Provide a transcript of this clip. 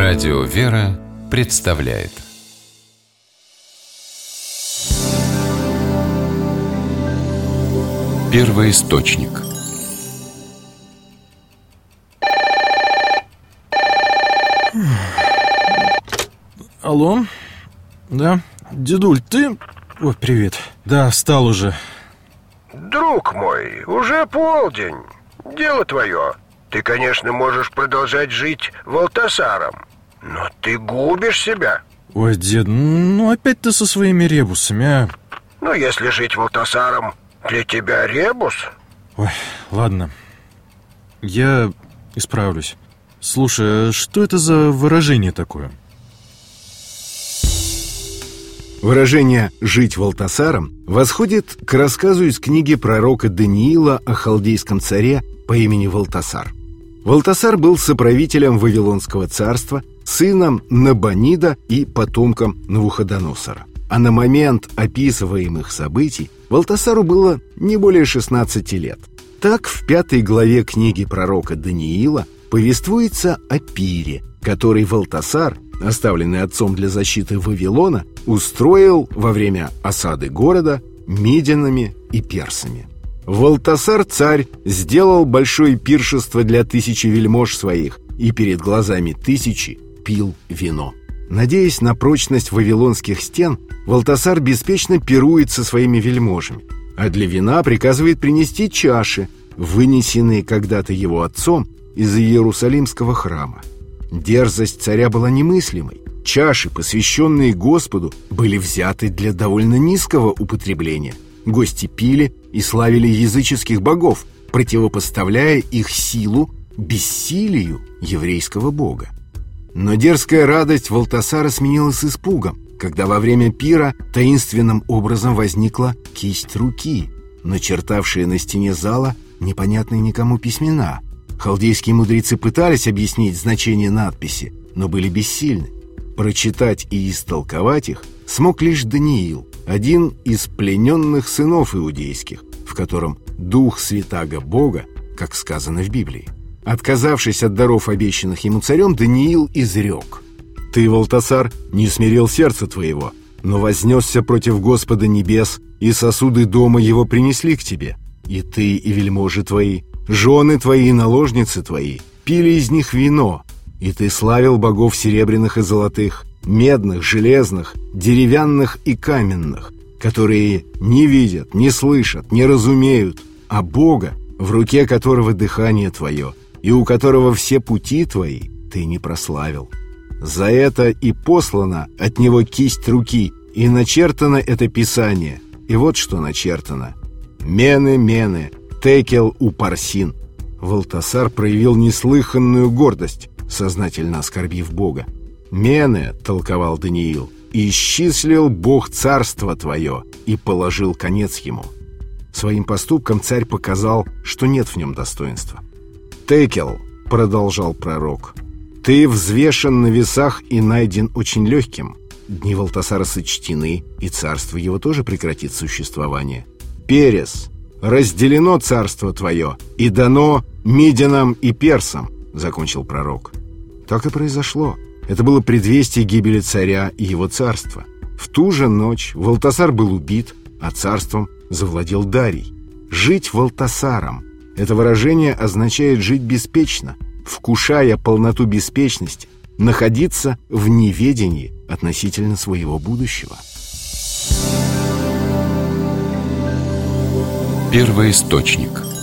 Радио «Вера» представляет Первоисточник. Алло? Да? Дедуль, ты? Ой, привет. Да, встал уже. Друг мой, уже полдень. Дело твое. Ты, конечно, можешь продолжать жить Валтасаром, но ты губишь себя. Ой, дед, ну опять ты со своими ребусами, а? Ну, если жить Валтасаром для тебя ребус... Ой, ладно. Я исправлюсь. Слушай, а что это за выражение такое? Выражение «жить Валтасаром» восходит к рассказу из книги пророка Даниила о халдейском царе по имени Валтасар. Валтасар был соправителем Вавилонского царства, сыном Набонида и потомком Навуходоносора. А на момент описываемых событий Валтасару было не более 16 лет. Так в 5 главе книги пророка Даниила повествуется о пире, который Валтасар, оставленный отцом для защиты Вавилона, устроил во время осады города медянами и персами. Валтасар, царь, сделал большое пиршество для 1000 вельмож своих и перед глазами 1000 пил вино. Надеясь на прочность вавилонских стен, Валтасар беспечно пирует со своими вельможами, а для вина приказывает принести чаши, вынесенные когда-то его отцом из Иерусалимского храма. Дерзость царя была немыслимой. Чаши, посвященные Господу, были взяты для довольно низкого употребления. Гости пили и славили языческих богов, противопоставляя их силу бессилию еврейского бога. Но дерзкая радость Валтасара сменилась испугом, когда во время пира таинственным образом возникла кисть руки, начертавшая на стене зала непонятные никому письмена. Халдейские мудрецы пытались объяснить значение надписи, но были бессильны. Прочитать и истолковать их смог лишь Даниил, один из плененных сынов иудейских, в котором дух святаго Бога, как сказано в Библии. Отказавшись от даров, обещанных ему царем, Даниил изрек: «Ты, Валтасар, не смирил сердце твоего, но вознесся против Господа небес, и сосуды дома его принесли к тебе. И ты, и вельможи твои, жены твои и наложницы твои пили из них вино, и ты славил богов серебряных и золотых, медных, железных, деревянных и каменных, которые не видят, не слышат, не разумеют, а Бога, в руке которого дыхание твое, и у которого все пути твои, ты не прославил. За это и послана от него кисть руки, и начертано это писание. И вот что начертано: «Мене, мене, текел упарсин». Валтасар проявил неслыханную гордость, сознательно оскорбив Бога. «Мене», — толковал Даниил, — «исчислил Бог царство твое и положил конец ему». Своим поступком царь показал, что нет в нем достоинства. «Текел», — продолжал пророк, — «ты взвешен на весах и найден очень легким. Дни Валтасара сочтены, и царство его тоже прекратит существование. Перес, разделено царство твое и дано медянам и персам», — закончил пророк. Так и произошло. Это было предвестие гибели царя и его царства. В ту же ночь Валтасар был убит, а царством завладел Дарий. «Жить Валтасаром» — это выражение означает жить беспечно, вкушая полноту беспечности, находиться в неведении относительно своего будущего. Первоисточник.